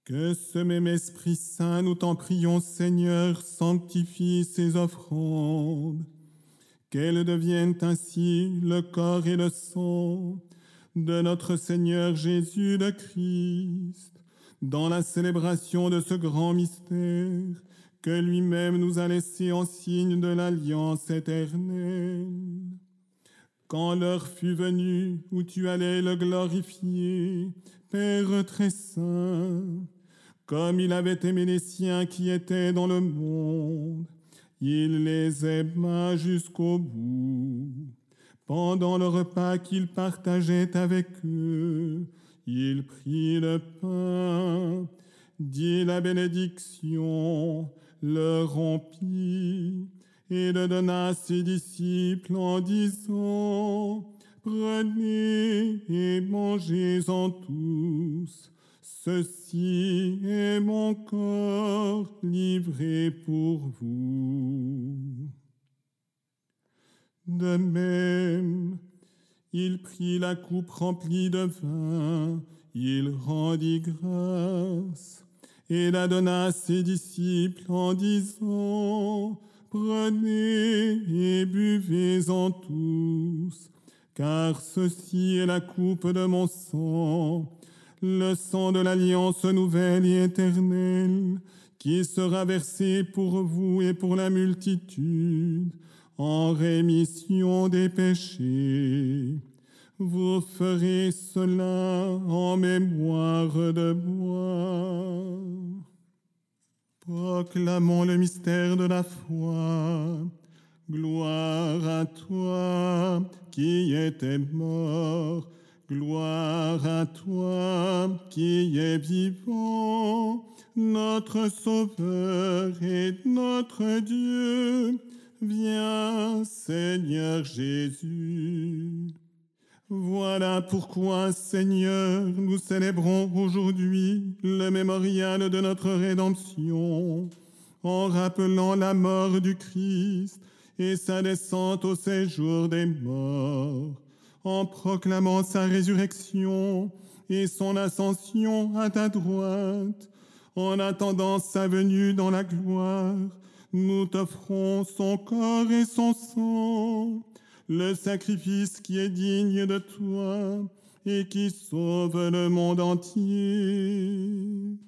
Que ce même Esprit Saint, nous t'en prions, Seigneur, sanctifie ces offrandes, qu'elles deviennent ainsi le corps et le sang de notre Seigneur Jésus le Christ, dans la célébration de ce grand mystère que lui-même nous a laissé en signe de l'alliance éternelle. Quand l'heure fut venue où tu allais le glorifier, Père très saint, comme il avait aimé les siens qui étaient dans le monde, il les aima jusqu'au bout. Pendant le repas qu'il partageait avec eux, il prit le pain, dit la bénédiction, le rompit et le donna à ses disciples en disant: Prenez et mangez-en tous. Ceci est mon corps livré pour vous. De même, il prit la coupe remplie de vin, il rendit grâce et la donna à ses disciples en disant: Prenez et buvez-en tous, car ceci est la coupe de mon sang, le sang de l'alliance nouvelle et éternelle, qui sera versé pour vous et pour la multitude, en rémission des péchés. Vous ferez cela en mémoire de moi. Proclamons le mystère de la foi. Gloire à toi qui étais mort, gloire à toi qui es vivant, notre Sauveur et notre Dieu. Viens, Seigneur Jésus. Voilà pourquoi, Seigneur, nous célébrons aujourd'hui le mémorial de notre rédemption, en rappelant la mort du Christ et sa descente au séjour des morts, en proclamant sa résurrection et son ascension à ta droite, en attendant sa venue dans la gloire. Nous t'offrons son corps et son sang, le sacrifice qui est digne de toi et qui sauve le monde entier.